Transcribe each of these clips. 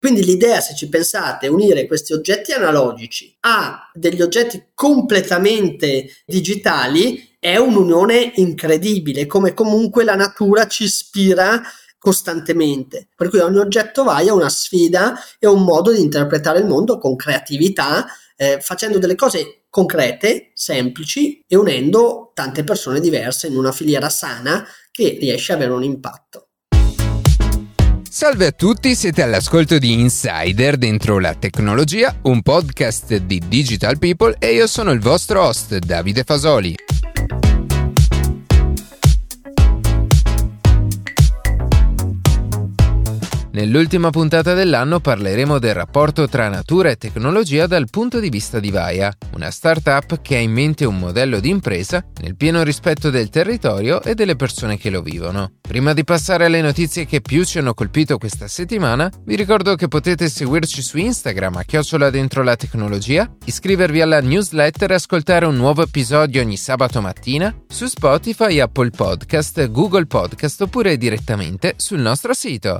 Quindi l'idea, se ci pensate, è unire questi oggetti analogici a degli oggetti completamente digitali è un'unione incredibile, come comunque la natura ci ispira costantemente. Per cui ogni oggetto VAIA è una sfida e un modo di interpretare il mondo con creatività, facendo delle cose concrete, semplici e unendo tante persone diverse in una filiera sana che riesce ad avere un impatto. Salve a tutti, siete all'ascolto di Insider dentro la tecnologia, un podcast di Digital People e io sono il vostro host Davide Fasoli. Nell'ultima puntata dell'anno parleremo del rapporto tra natura e tecnologia dal punto di vista di VAIA, una startup che ha in mente un modello di impresa nel pieno rispetto del territorio e delle persone che lo vivono. Prima di passare alle notizie che più ci hanno colpito questa settimana, vi ricordo che potete seguirci su Instagram @ dentro la tecnologia, iscrivervi alla newsletter e ascoltare un nuovo episodio ogni sabato mattina su Spotify, Apple Podcast, Google Podcast oppure direttamente sul nostro sito.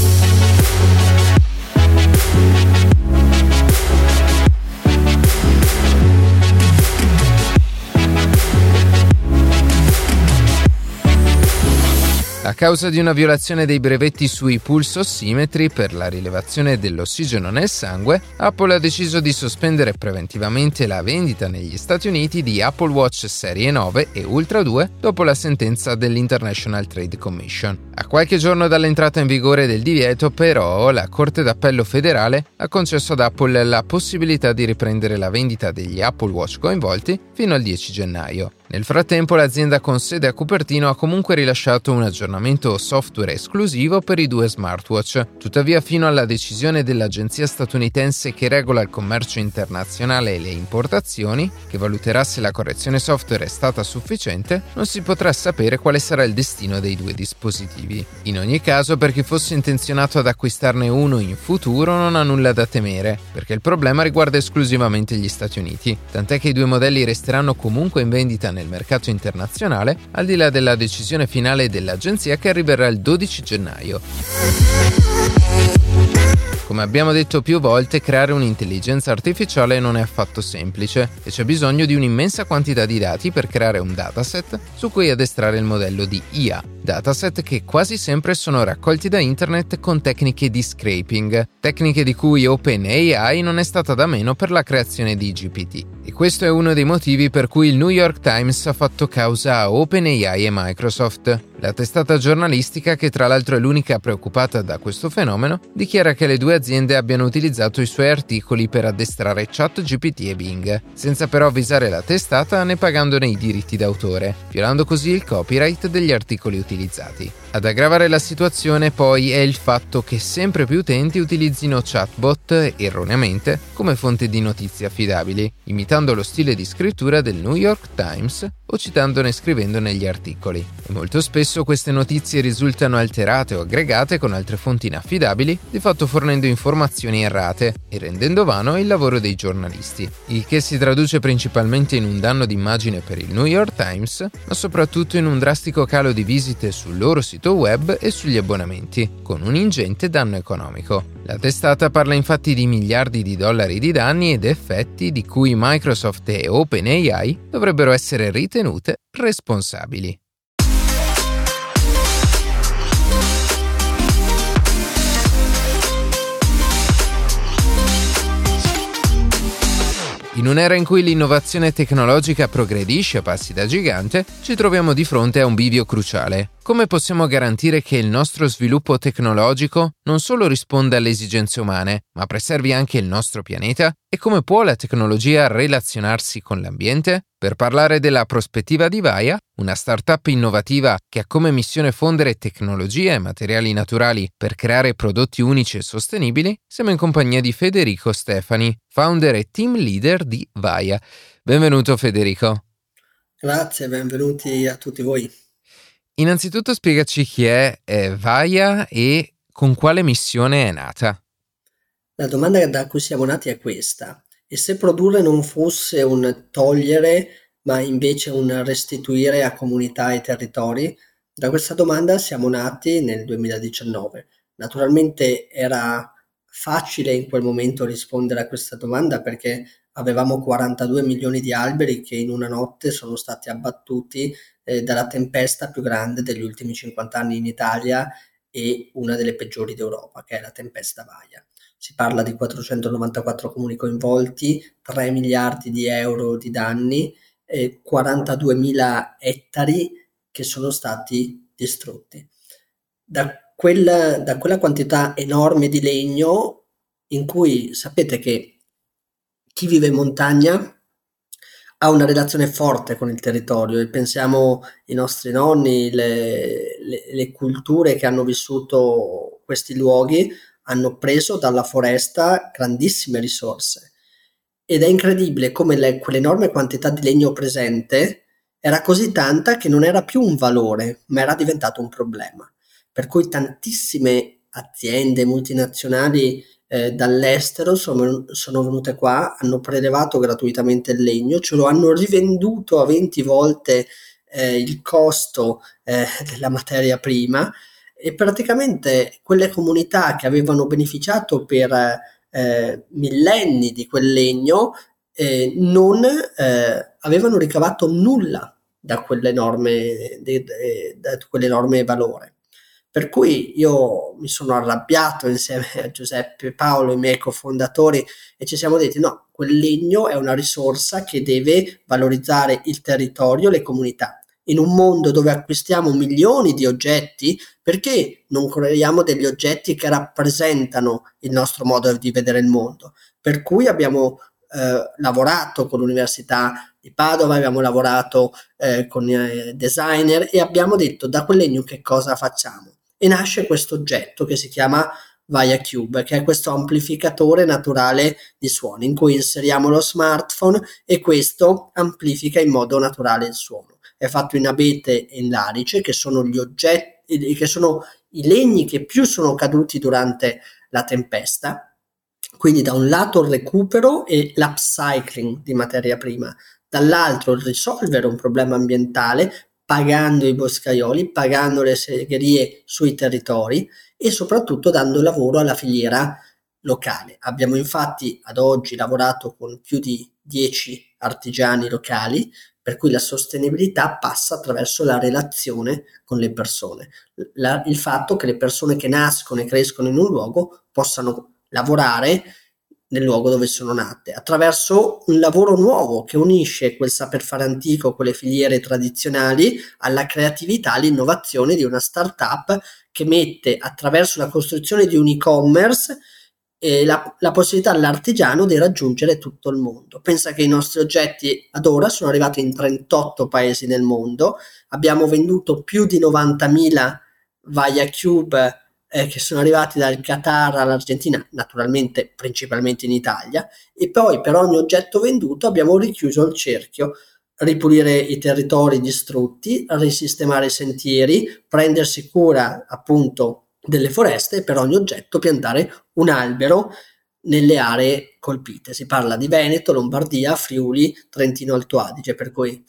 A causa di una violazione dei brevetti sui pulse ossimetri per la rilevazione dell'ossigeno nel sangue, Apple ha deciso di sospendere preventivamente la vendita negli Stati Uniti di Apple Watch Serie 9 e Ultra 2 dopo la sentenza dell'International Trade Commission. A qualche giorno dall'entrata in vigore del divieto, però, la Corte d'Appello federale ha concesso ad Apple la possibilità di riprendere la vendita degli Apple Watch coinvolti fino al 10 gennaio. Nel frattempo l'azienda con sede a Cupertino ha comunque rilasciato un aggiornamento software esclusivo per i due smartwatch. Tuttavia, fino alla decisione dell'agenzia statunitense che regola il commercio internazionale e le importazioni, che valuterà se la correzione software è stata sufficiente, non si potrà sapere quale sarà il destino dei due dispositivi. In ogni caso, per chi fosse intenzionato ad acquistarne uno in futuro non ha nulla da temere, perché il problema riguarda esclusivamente gli Stati Uniti, tant'è che i due modelli resteranno comunque in vendita nel mercato internazionale, al di là della decisione finale dell'agenzia che arriverà il 12 gennaio. Come abbiamo detto più volte, creare un'intelligenza artificiale non è affatto semplice e c'è bisogno di un'immensa quantità di dati per creare un dataset su cui addestrare il modello di IA. Dataset che quasi sempre sono raccolti da internet con tecniche di scraping, tecniche di cui OpenAI non è stata da meno per la creazione di GPT. E questo è uno dei motivi per cui il New York Times ha fatto causa a OpenAI e Microsoft. La testata giornalistica, che tra l'altro è l'unica preoccupata da questo fenomeno, dichiara che le due aziende abbiano utilizzato i suoi articoli per addestrare ChatGPT e Bing, senza però avvisare la testata né pagandone i diritti d'autore, violando così il copyright degli articoli utilizzati. Ad aggravare la situazione poi è il fatto che sempre più utenti utilizzino chatbot erroneamente come fonte di notizie affidabili, imitando lo stile di scrittura del New York Times o citandone e scrivendone gli articoli. E molto spesso queste notizie risultano alterate o aggregate con altre fonti inaffidabili, di fatto fornendo informazioni errate e rendendo vano il lavoro dei giornalisti, il che si traduce principalmente in un danno d'immagine per il New York Times, ma soprattutto in un drastico calo di visite sul loro sito web e sugli abbonamenti, con un ingente danno economico. La testata parla infatti di miliardi di dollari di danni ed effetti di cui Microsoft e OpenAI dovrebbero essere ritenute responsabili. In un'era in cui l'innovazione tecnologica progredisce a passi da gigante, ci troviamo di fronte a un bivio cruciale. Come possiamo garantire che il nostro sviluppo tecnologico non solo risponda alle esigenze umane, ma preservi anche il nostro pianeta? E come può la tecnologia relazionarsi con l'ambiente? Per parlare della prospettiva di VAIA, una startup innovativa che ha come missione fondere tecnologie e materiali naturali per creare prodotti unici e sostenibili, siamo in compagnia di Federico Stefani, founder e team leader di VAIA. Benvenuto Federico. Grazie, benvenuti a tutti voi. Innanzitutto spiegaci chi è VAIA e con quale missione è nata. La domanda da cui siamo nati è questa: e se produrre non fosse un togliere, ma invece un restituire a comunità e territori? Da questa domanda siamo nati nel 2019. Naturalmente era facile in quel momento rispondere a questa domanda perché avevamo 42 milioni di alberi che in una notte sono stati abbattuti dalla tempesta più grande degli ultimi 50 anni in Italia e una delle peggiori d'Europa, che è la tempesta Vaia. Si parla di 494 comuni coinvolti, 3 miliardi di euro di danni, 42.000 ettari che sono stati distrutti. Da quella quantità enorme di legno in cui sapete che chi vive in montagna ha una relazione forte con il territorio e pensiamo ai nostri nonni, le culture che hanno vissuto questi luoghi hanno preso dalla foresta grandissime risorse ed è incredibile come quell'enorme quantità di legno presente era così tanta che non era più un valore, ma era diventato un problema. Per cui tantissime aziende multinazionali dall'estero sono venute qua, hanno prelevato gratuitamente il legno, ce lo hanno rivenduto a 20 volte il costo della materia prima e praticamente quelle comunità che avevano beneficiato per millenni di quel legno non avevano ricavato nulla da quell'enorme valore. Per cui io mi sono arrabbiato insieme a Giuseppe Paolo, i miei cofondatori, e ci siamo detti: no, quel legno è una risorsa che deve valorizzare il territorio e le comunità. In un mondo dove acquistiamo milioni di oggetti, perché non creiamo degli oggetti che rappresentano il nostro modo di vedere il mondo? Per cui abbiamo lavorato con l'Università di Padova, abbiamo lavorato con designer e abbiamo detto: da quel legno che cosa facciamo? E nasce questo oggetto che si chiama Vaia Cube, che è questo amplificatore naturale di suoni in cui inseriamo lo smartphone e questo amplifica in modo naturale il suono. È fatto in abete e in larice, che sono gli oggetti, che sono i legni che più sono caduti durante la tempesta. Quindi da un lato il recupero e l'upcycling di materia prima, dall'altro il risolvere un problema ambientale pagando i boscaioli, pagando le segherie sui territori e soprattutto dando lavoro alla filiera locale. Abbiamo infatti ad oggi lavorato con più di 10 artigiani locali, per cui la sostenibilità passa attraverso la relazione con le persone, il fatto che le persone che nascono e crescono in un luogo possano lavorare nel luogo dove sono nate, attraverso un lavoro nuovo che unisce quel saper fare antico, quelle filiere tradizionali, alla creatività, all'innovazione di una startup che mette attraverso la costruzione di un e-commerce la possibilità all'artigiano di raggiungere tutto il mondo. Pensa che i nostri oggetti ad ora sono arrivati in 38 paesi nel mondo, abbiamo venduto più di 90.000 Vaia Cube che sono arrivati dal Qatar all'Argentina, naturalmente principalmente in Italia, e poi per ogni oggetto venduto abbiamo richiuso il cerchio: ripulire i territori distrutti, risistemare i sentieri, prendersi cura appunto delle foreste e per ogni oggetto piantare un albero nelle aree colpite. Si parla di Veneto, Lombardia, Friuli, Trentino Alto Adige, per cui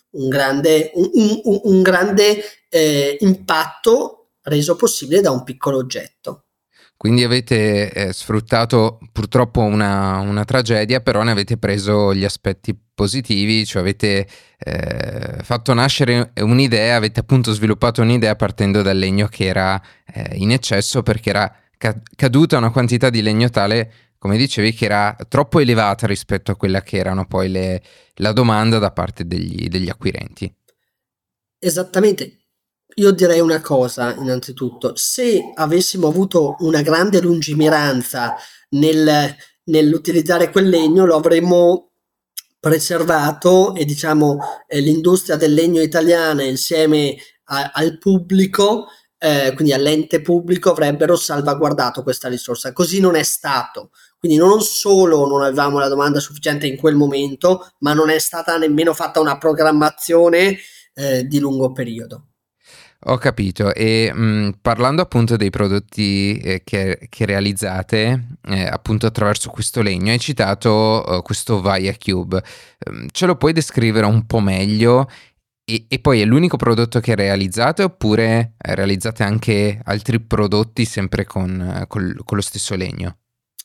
un grande impatto reso possibile da un piccolo oggetto. Quindi avete sfruttato purtroppo una tragedia, però ne avete preso gli aspetti positivi, cioè avete fatto nascere un'idea, avete appunto sviluppato un'idea partendo dal legno che era in eccesso, perché era caduta una quantità di legno tale, come dicevi, che era troppo elevata rispetto a quella che erano poi la domanda da parte degli acquirenti. Esattamente. Io direi una cosa, innanzitutto: se avessimo avuto una grande lungimiranza nell'utilizzare quel legno, lo avremmo preservato e diciamo l'industria del legno italiana insieme al pubblico, quindi all'ente pubblico, avrebbero salvaguardato questa risorsa. Così non è stato. Quindi non solo non avevamo la domanda sufficiente in quel momento, ma non è stata nemmeno fatta una programmazione di lungo periodo. Ho capito. E parlando appunto dei prodotti che realizzate appunto attraverso questo legno, hai citato questo Vaia Cube. Ce lo puoi descrivere un po' meglio? E poi è l'unico prodotto che realizzate oppure realizzate anche altri prodotti sempre con lo stesso legno?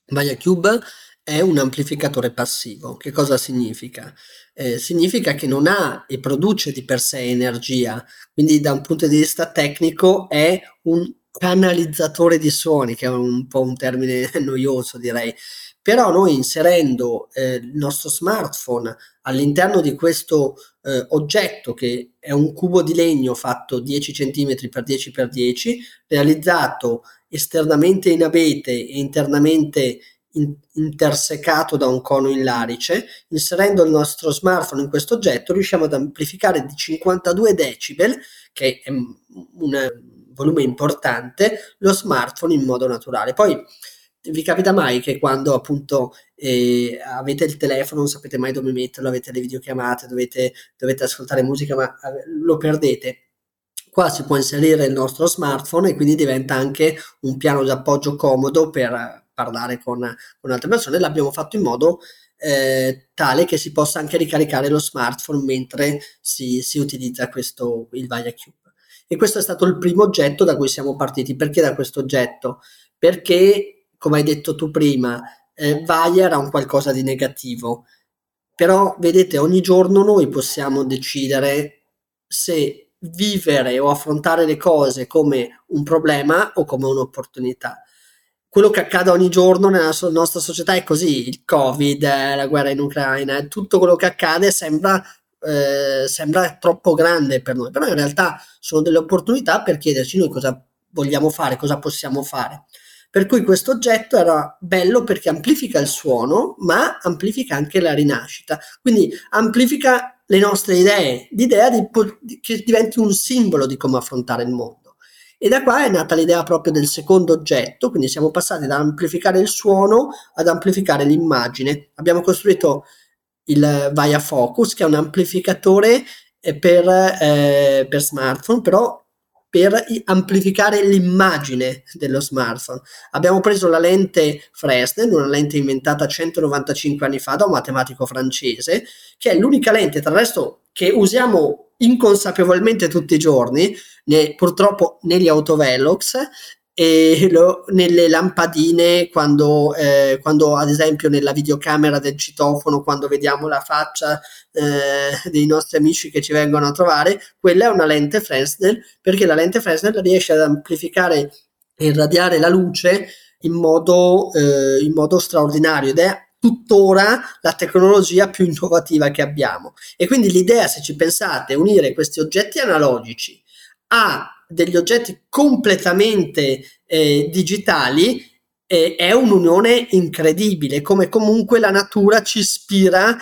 ViaCube è un amplificatore passivo. Che cosa significa? Significa che non ha e produce di per sé energia, quindi da un punto di vista tecnico è un canalizzatore di suoni, che è un po' un termine noioso direi. Però noi inserendo il nostro smartphone all'interno di questo oggetto, che è un cubo di legno fatto 10 cm per 10 per 10, realizzato esternamente in abete e internamente intersecato da un cono in larice, inserendo il nostro smartphone in questo oggetto riusciamo ad amplificare di 52 decibel, che è un volume importante, lo smartphone in modo naturale. Poi vi capita mai che quando appunto avete il telefono, non sapete mai dove metterlo, avete le videochiamate, dovete ascoltare musica, ma lo perdete? Qua si può inserire il nostro smartphone e quindi diventa anche un piano di appoggio comodo per parlare con altre persone. L'abbiamo fatto in modo tale che si possa anche ricaricare lo smartphone mentre si utilizza il ViaCube. E questo è stato il primo oggetto da cui siamo partiti. Perché da questo oggetto? Perché, come hai detto tu prima, Vaia era un qualcosa di negativo, però vedete, ogni giorno noi possiamo decidere se vivere o affrontare le cose come un problema o come un'opportunità. Quello che accade ogni giorno nella nostra società è così: il Covid, la guerra in Ucraina, tutto quello che accade sembra troppo grande per noi, però in realtà sono delle opportunità per chiederci noi cosa vogliamo fare, cosa possiamo fare. Per cui questo oggetto era bello perché amplifica il suono, ma amplifica anche la rinascita. Quindi amplifica le nostre idee, l'idea che diventi un simbolo di come affrontare il mondo. E da qua è nata l'idea proprio del secondo oggetto, quindi siamo passati da amplificare il suono ad amplificare l'immagine. Abbiamo costruito il Vaia Focus, che è un amplificatore per smartphone, però per amplificare l'immagine dello smartphone. Abbiamo preso la lente Fresnel, una lente inventata 195 anni fa da un matematico francese, che è l'unica lente, tra l'altro, che usiamo inconsapevolmente tutti i giorni, purtroppo negli autovelox, e nelle lampadine quando ad esempio nella videocamera del citofono, quando vediamo la faccia dei nostri amici che ci vengono a trovare, quella è una lente Fresnel, perché la lente Fresnel riesce ad amplificare e irradiare la luce in modo straordinario, ed è tuttora la tecnologia più innovativa che abbiamo. E quindi l'idea, se ci pensate, unire questi oggetti analogici a degli oggetti completamente digitali è un'unione incredibile, come comunque la natura ci ispira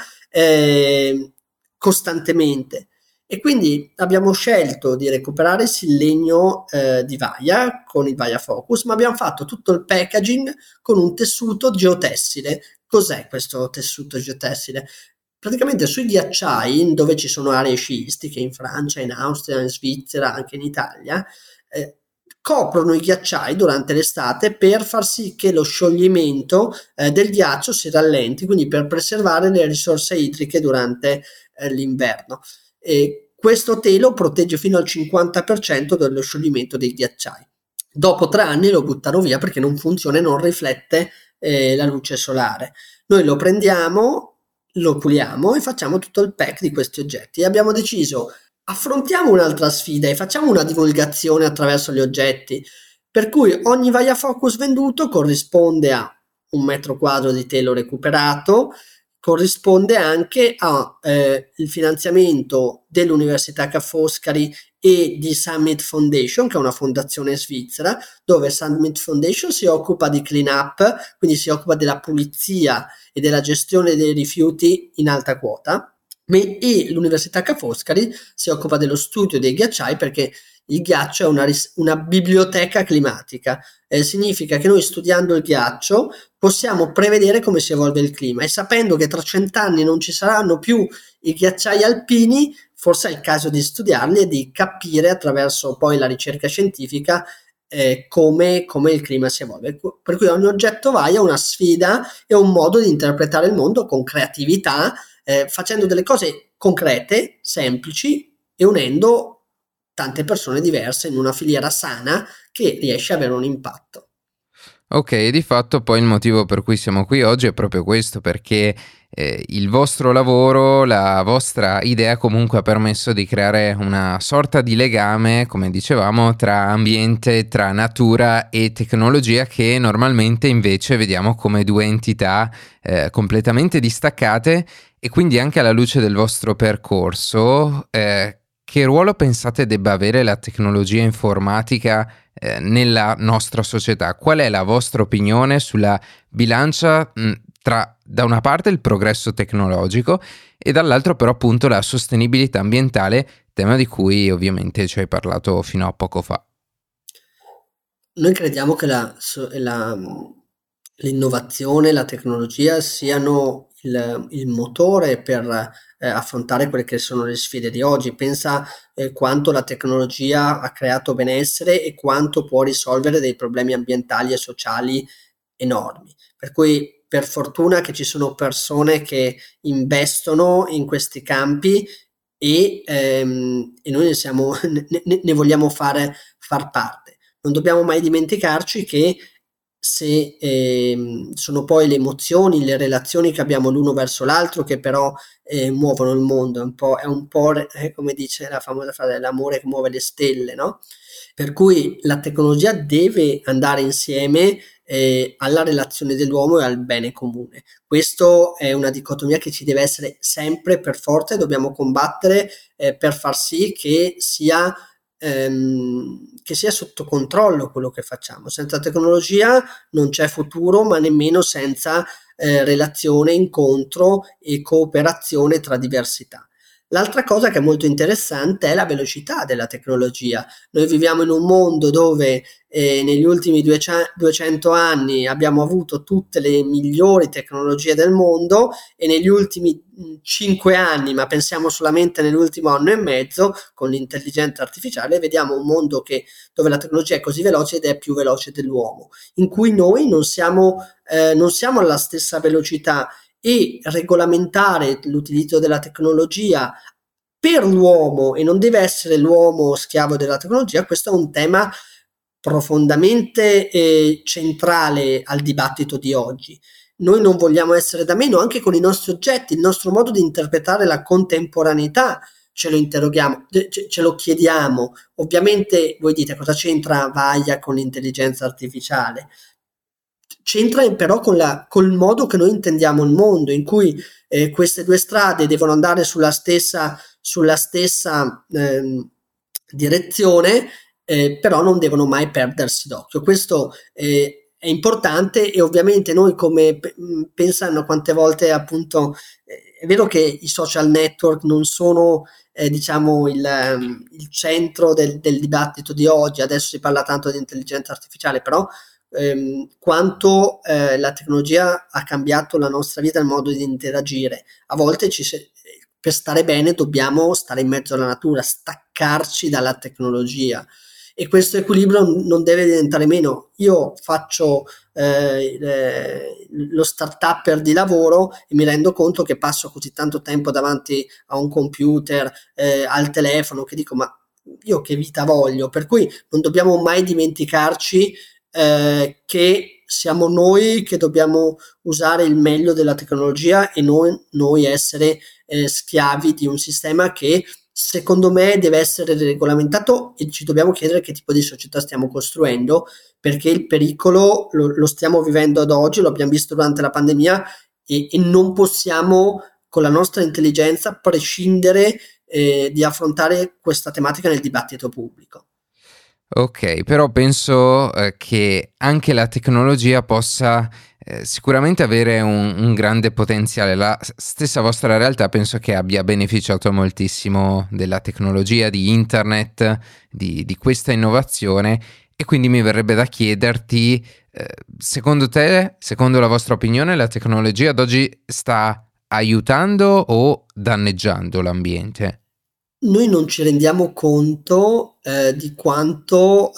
costantemente. E quindi abbiamo scelto di recuperare il legno di Vaia con il Vaia Focus, ma abbiamo fatto tutto il packaging con un tessuto geotessile. Cos'è questo tessuto geotessile? Praticamente sui ghiacciai, dove ci sono aree sciistiche, in Francia, in Austria, in Svizzera, anche in Italia, eh, coprono i ghiacciai durante l'estate per far sì che lo scioglimento del ghiaccio si rallenti, quindi per preservare le risorse idriche durante l'inverno. E questo telo protegge fino al 50% dello scioglimento dei ghiacciai. Dopo 3 anni lo buttano via perché non funziona e non riflette la luce solare. Noi lo prendiamo, lo puliamo e facciamo tutto il pack di questi oggetti. E abbiamo deciso: affrontiamo un'altra sfida e facciamo una divulgazione attraverso gli oggetti, per cui ogni Vaia Focus venduto corrisponde a 1 metro quadro di telo recuperato, corrisponde anche a il finanziamento dell'Università Ca' Foscari e di Summit Foundation, che è una fondazione svizzera, dove Summit Foundation si occupa di clean up, quindi si occupa della pulizia e della gestione dei rifiuti in alta quota, e l'Università Ca' Foscari si occupa dello studio dei ghiacciai, perché il ghiaccio è una biblioteca climatica. Significa che noi, studiando il ghiaccio, possiamo prevedere come si evolve il clima, e sapendo che tra 100 anni non ci saranno più i ghiacciai alpini, forse è il caso di studiarli e di capire attraverso poi la ricerca scientifica come il clima si evolve. Per cui ogni oggetto Vaia è una sfida e un modo di interpretare il mondo con creatività, facendo delle cose concrete, semplici, e unendo tante persone diverse in una filiera sana che riesce ad avere un impatto. Ok, di fatto poi il motivo per cui siamo qui oggi è proprio questo, perché il vostro lavoro, la vostra idea comunque ha permesso di creare una sorta di legame, come dicevamo, tra ambiente, tra natura e tecnologia, che normalmente invece vediamo come due entità completamente distaccate. E quindi, anche alla luce del vostro percorso, che ruolo pensate debba avere la tecnologia informatica nella nostra società? Qual è la vostra opinione sulla bilancia tra, da una parte, il progresso tecnologico e dall'altro però appunto la sostenibilità ambientale, tema di cui ovviamente ci hai parlato fino a poco fa? Noi crediamo che l'innovazione, la tecnologia siano il motore per affrontare quelle che sono le sfide di oggi. Pensa quanto la tecnologia ha creato benessere e quanto può risolvere dei problemi ambientali e sociali enormi. Per cui per fortuna che ci sono persone che investono in questi campi e noi ne vogliamo far parte. Non dobbiamo mai dimenticarci che se sono poi le emozioni, le relazioni che abbiamo l'uno verso l'altro che però muovono il mondo, come dice la famosa frase, l'amore che muove le stelle, no? Per cui la tecnologia deve andare insieme alla relazione dell'uomo e al bene comune. Questo è una dicotomia che ci deve essere sempre per forza e dobbiamo combattere per far sì che sia sotto controllo quello che facciamo. Senza tecnologia non c'è futuro, ma nemmeno senza relazione, incontro e cooperazione tra diversità. L'altra cosa che è molto interessante è la velocità della tecnologia. Noi viviamo in un mondo dove negli ultimi 200 anni abbiamo avuto tutte le migliori tecnologie del mondo e negli ultimi 5 anni, ma pensiamo solamente nell'ultimo anno e mezzo, con l'intelligenza artificiale, vediamo un mondo dove la tecnologia è così veloce ed è più veloce dell'uomo, in cui noi non siamo alla stessa velocità e regolamentare l'utilizzo della tecnologia per l'uomo e non deve essere l'uomo schiavo della tecnologia, questo è un tema profondamente centrale al dibattito di oggi. Noi non vogliamo essere da meno anche con i nostri oggetti, il nostro modo di interpretare la contemporaneità ce lo interroghiamo, ce lo chiediamo. Ovviamente voi dite cosa c'entra Vaia con l'intelligenza artificiale? C'entra però col modo che noi intendiamo il mondo, in cui queste due strade devono andare sulla stessa direzione, però non devono mai perdersi d'occhio. Questo è importante e ovviamente noi pensano quante volte appunto è vero che i social network non sono diciamo il centro del dibattito di oggi, adesso si parla tanto di intelligenza artificiale, però quanto la tecnologia ha cambiato la nostra vita, il modo di interagire. A volte per stare bene dobbiamo stare in mezzo alla natura, staccarci dalla tecnologia e questo equilibrio non deve diventare meno. Io faccio lo start-upper di lavoro e mi rendo conto che passo così tanto tempo davanti a un computer, al telefono, che dico ma io che vita voglio? Per cui non dobbiamo mai dimenticarci che siamo noi che dobbiamo usare il meglio della tecnologia e noi essere schiavi di un sistema che secondo me deve essere regolamentato e ci dobbiamo chiedere che tipo di società stiamo costruendo perché il pericolo lo stiamo vivendo ad oggi, lo abbiamo visto durante la pandemia e non possiamo con la nostra intelligenza prescindere di affrontare questa tematica nel dibattito pubblico. Ok, però penso che anche la tecnologia possa sicuramente avere un grande potenziale. La stessa vostra realtà penso che abbia beneficiato moltissimo della tecnologia, di internet, di questa innovazione, e quindi mi verrebbe da chiederti, secondo te, secondo la vostra opinione, la tecnologia ad oggi sta aiutando o danneggiando l'ambiente? Noi non ci rendiamo conto di quanto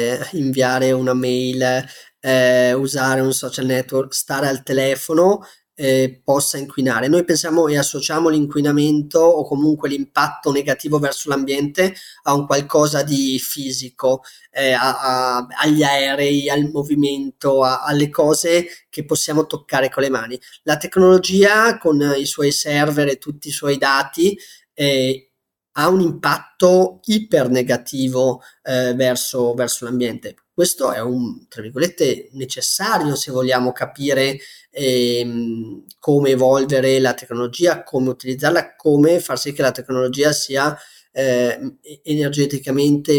inviare una mail, usare un social network, stare al telefono possa inquinare. Noi pensiamo e associamo l'inquinamento o comunque l'impatto negativo verso l'ambiente a un qualcosa di fisico, agli aerei, al movimento, alle cose che possiamo toccare con le mani. La tecnologia con i suoi server e tutti i suoi dati ha un impatto iper negativo verso l'ambiente. Questo è un, tra virgolette, necessario se vogliamo capire come evolvere la tecnologia, come utilizzarla, come far sì che la tecnologia sia energeticamente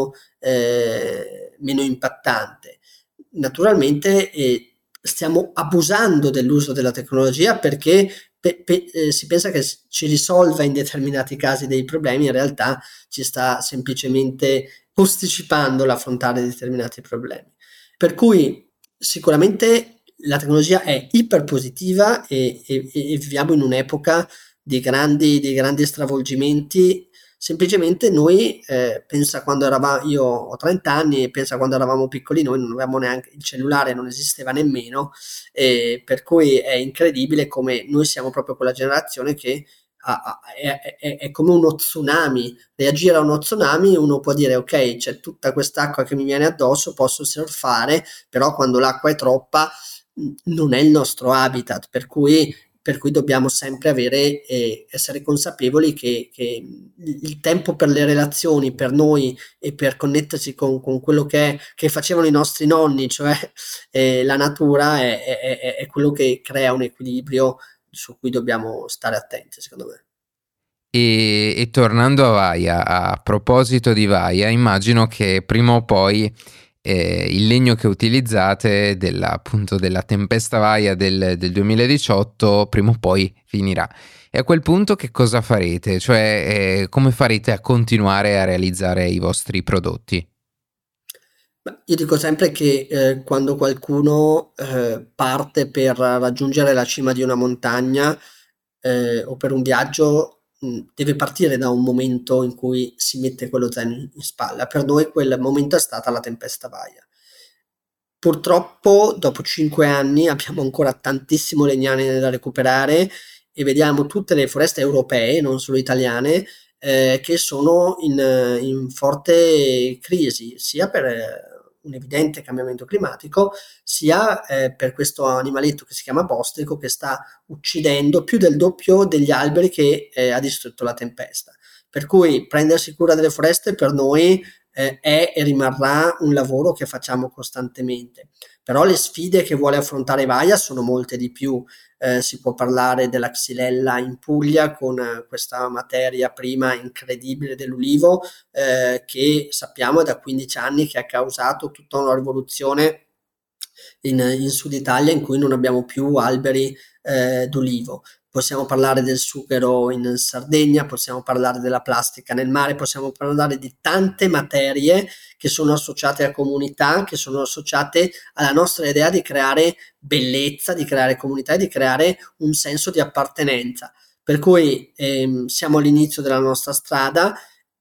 meno impattante. Naturalmente stiamo abusando dell'uso della tecnologia perché si pensa che ci risolva in determinati casi dei problemi, in realtà ci sta semplicemente posticipando l'affrontare determinati problemi. Per cui sicuramente la tecnologia è iper positiva e viviamo in un'epoca di grandi stravolgimenti. Semplicemente noi, pensa quando eravamo, io ho 30 anni e pensa quando eravamo piccoli noi non avevamo neanche il cellulare, non esisteva nemmeno, per cui è incredibile come noi siamo proprio quella generazione che è come uno tsunami, reagire a uno tsunami, uno può dire ok, c'è tutta quest'acqua che mi viene addosso, posso surfare, però quando l'acqua è troppa non è il nostro habitat, per cui dobbiamo sempre avere essere consapevoli che il tempo per le relazioni, per noi e per connettersi con quello che facevano i nostri nonni, cioè la natura è quello che crea un equilibrio su cui dobbiamo stare attenti, secondo me. E tornando a Vaia, a proposito di Vaia, immagino che prima o poi il legno che utilizzate appunto della tempesta Vaia del 2018 prima o poi finirà. E a quel punto che cosa farete? Cioè, come farete a continuare a realizzare i vostri prodotti? Beh, io dico sempre che quando qualcuno parte per raggiungere la cima di una montagna o per un viaggio, deve partire da un momento in cui si mette quello zaino in spalla. Per noi quel momento è stata la tempesta Vaia. Purtroppo, dopo 5 anni, abbiamo ancora tantissimo legname da recuperare e vediamo tutte le foreste europee, non solo italiane, che sono in forte crisi, sia per un evidente cambiamento climatico, sia per questo animaletto che si chiama bostrico che sta uccidendo più del doppio degli alberi che ha distrutto la tempesta. Per cui prendersi cura delle foreste per noi è e rimarrà un lavoro che facciamo costantemente. Però le sfide che vuole affrontare Vaia sono molte di più. Si può parlare della xylella in Puglia con questa materia prima incredibile dell'ulivo che sappiamo è da 15 anni che ha causato tutta una rivoluzione in Sud Italia in cui non abbiamo più alberi d'ulivo. Possiamo parlare del sughero in Sardegna, possiamo parlare della plastica nel mare, possiamo parlare di tante materie che sono associate a comunità, che sono associate alla nostra idea di creare bellezza, di creare comunità e di creare un senso di appartenenza. Per cui siamo all'inizio della nostra strada.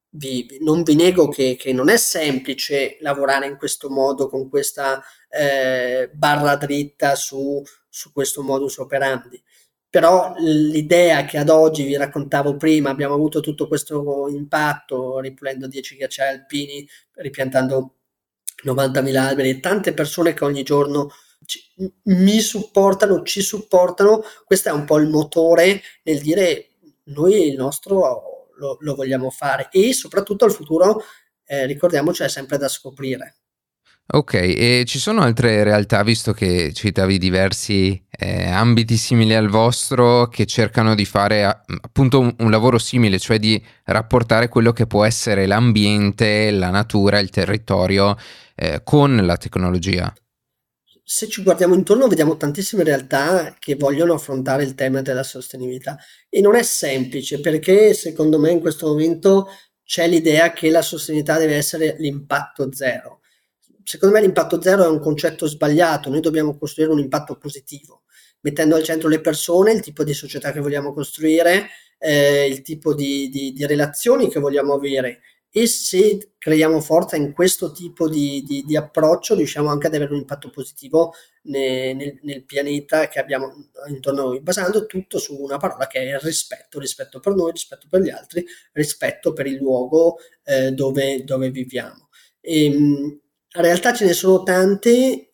Non vi nego che non è semplice lavorare in questo modo, con questa barra dritta su questo modus operandi. Però l'idea che ad oggi vi raccontavo prima, abbiamo avuto tutto questo impatto ripulendo 10 ghiacciai alpini, ripiantando 90.000 alberi, e tante persone che ogni giorno mi supportano, ci supportano, questo è un po' il motore nel dire noi il nostro lo vogliamo fare e soprattutto il futuro, ricordiamoci, è sempre da scoprire. Ok, e ci sono altre realtà, visto che citavi diversi ambiti simili al vostro, che cercano di fare appunto un lavoro simile, cioè di rapportare quello che può essere l'ambiente, la natura, il territorio con la tecnologia? Se ci guardiamo intorno vediamo tantissime realtà che vogliono affrontare il tema della sostenibilità e non è semplice perché secondo me in questo momento c'è l'idea che la sostenibilità deve essere l'impatto zero. Secondo me l'impatto zero è un concetto sbagliato, noi dobbiamo costruire un impatto positivo, mettendo al centro le persone, il tipo di società che vogliamo costruire, il tipo di relazioni che vogliamo avere e se creiamo forza in questo tipo di approccio riusciamo anche ad avere un impatto positivo nel pianeta che abbiamo intorno a noi, basando tutto su una parola che è il rispetto, rispetto per noi, rispetto per gli altri, rispetto per il luogo dove viviamo. In realtà ce ne sono tante.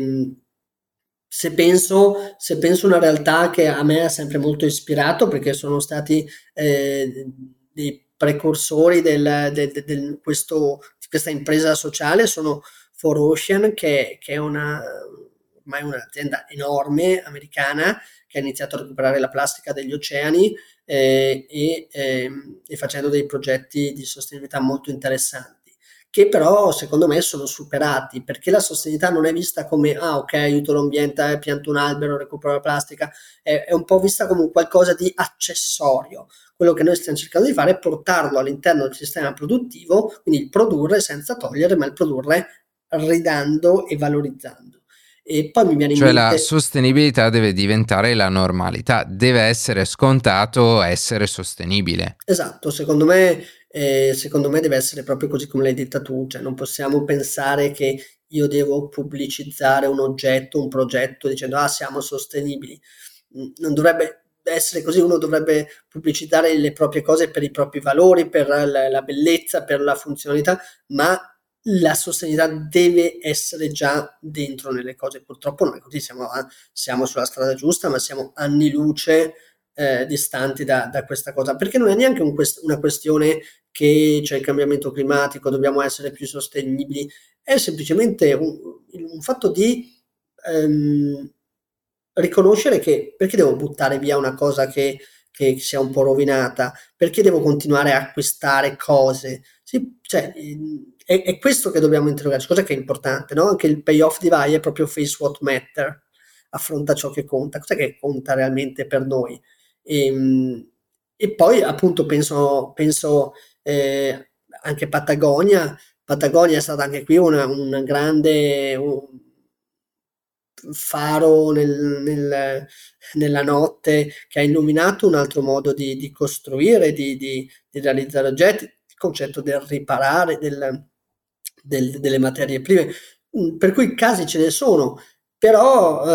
Se penso a una realtà che a me ha sempre molto ispirato, perché sono stati dei precursori di questa impresa sociale, sono 4Ocean, che è ormai un'azienda enorme americana che ha iniziato a recuperare la plastica degli oceani e facendo dei progetti di sostenibilità molto interessanti, che però secondo me sono superati, perché la sostenibilità non è vista come ah ok, aiuto l'ambiente, pianto un albero, recupero la plastica, è un po' vista come un qualcosa di accessorio. Quello che noi stiamo cercando di fare è portarlo all'interno del sistema produttivo, quindi il produrre senza togliere, ma il produrre ridando e valorizzando. E poi mi viene in Cioè la mente. sostenibilità deve diventare la normalità, deve essere scontato essere sostenibile. Esatto, secondo me deve essere proprio così come l'hai detta tu, cioè non possiamo pensare che io devo pubblicizzare un oggetto, un progetto dicendo ah siamo sostenibili. Non dovrebbe essere così, uno dovrebbe pubblicizzare le proprie cose per i propri valori, per la bellezza, per la funzionalità, ma la sostenibilità deve essere già dentro nelle cose. Purtroppo non è così, siamo sulla strada giusta, ma siamo anni luce distanti da questa cosa, perché non è neanche una questione che c'è il cambiamento climatico, dobbiamo essere più sostenibili, è semplicemente un fatto di ehm, riconoscere che perché devo buttare via una cosa che sia un po' rovinata, perché devo continuare a acquistare cose. Sì, cioè, è questo che dobbiamo interrogarci, cosa che è importante, no? Anche il payoff di VAI è proprio face what matter, affronta ciò che conta, cosa che conta realmente per noi. E, e poi appunto penso anche Patagonia è stata anche qui una grande faro nella notte che ha illuminato un altro modo di costruire, di realizzare oggetti, il concetto del riparare, delle materie prime. Per cui casi ce ne sono, però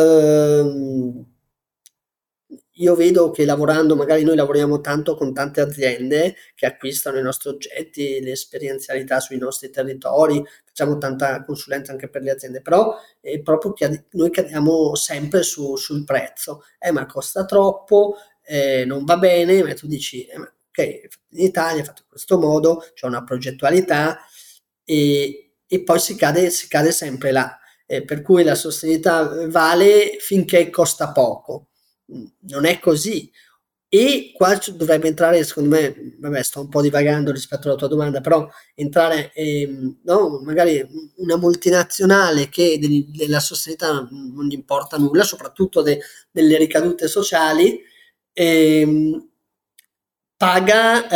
io vedo che lavorando, magari noi lavoriamo tanto con tante aziende che acquistano i nostri oggetti, le esperienzialità sui nostri territori, facciamo tanta consulenza anche per le aziende, però è proprio che noi cadiamo sempre sul prezzo, ma costa troppo, non va bene, ma tu dici, ma ok, è fatto in Italia, è fatto in questo modo, c'è una progettualità e poi si cade sempre là. Per cui la sostenibilità vale finché costa poco. Non è così. E qua dovrebbe entrare, secondo me, vabbè, sto un po' divagando rispetto alla tua domanda, però entrare, no, magari una multinazionale che della sostenibilità non gli importa nulla, soprattutto delle ricadute sociali, ehm, paga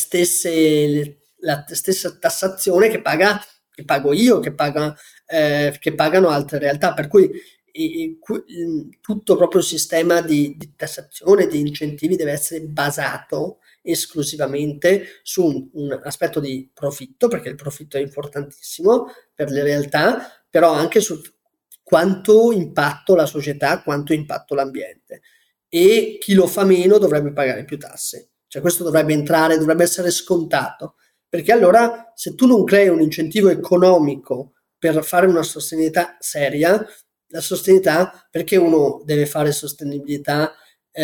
la stessa tassazione che pago io, che pagano altre realtà, per cui tutto proprio il sistema di tassazione, di incentivi deve essere basato esclusivamente su un aspetto di profitto, perché il profitto è importantissimo per le realtà, però anche su quanto impatto la società, quanto impatto l'ambiente. E chi lo fa meno dovrebbe pagare più tasse. Cioè questo dovrebbe essere scontato, perché allora se tu non crei un incentivo economico per fare una sostenibilità seria, la sostenibilità, perché uno deve fare sostenibilità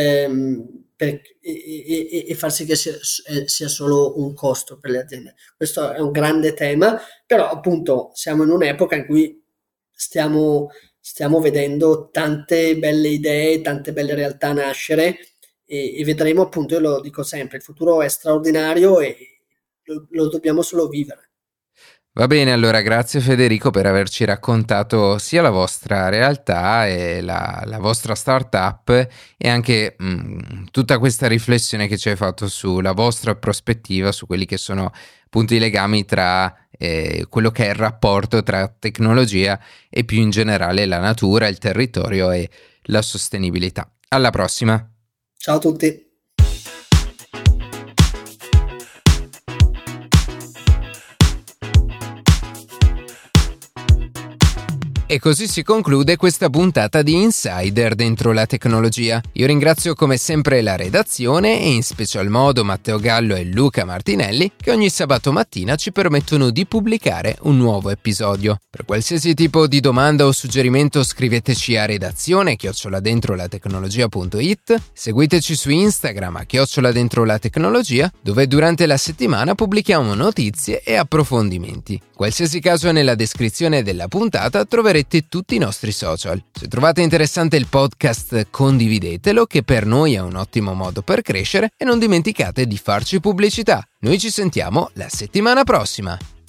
e far sì che sia solo un costo per le aziende. Questo è un grande tema, però appunto siamo in un'epoca in cui stiamo vedendo tante belle idee, tante belle realtà nascere e vedremo appunto, io lo dico sempre, il futuro è straordinario e lo dobbiamo solo vivere. Va bene, allora grazie Federico per averci raccontato sia la vostra realtà e la vostra startup e anche tutta questa riflessione che ci hai fatto sulla vostra prospettiva, su quelli che sono appunto i legami tra quello che è il rapporto tra tecnologia e più in generale la natura, il territorio e la sostenibilità. Alla prossima! Ciao a tutti! E così si conclude questa puntata di Insider dentro la tecnologia. Io ringrazio come sempre la redazione e in special modo Matteo Gallo e Luca Martinelli che ogni sabato mattina ci permettono di pubblicare un nuovo episodio. Per qualsiasi tipo di domanda o suggerimento scriveteci a redazione@dentrolatecnologia.it, seguiteci su Instagram @dentrolatecnologia, dove durante la settimana pubblichiamo notizie e approfondimenti. Qualsiasi caso è nella descrizione della puntata troverete tutti i nostri social. Se trovate interessante il podcast, condividetelo, che per noi è un ottimo modo per crescere, e non dimenticate di farci pubblicità. Noi ci sentiamo la settimana prossima.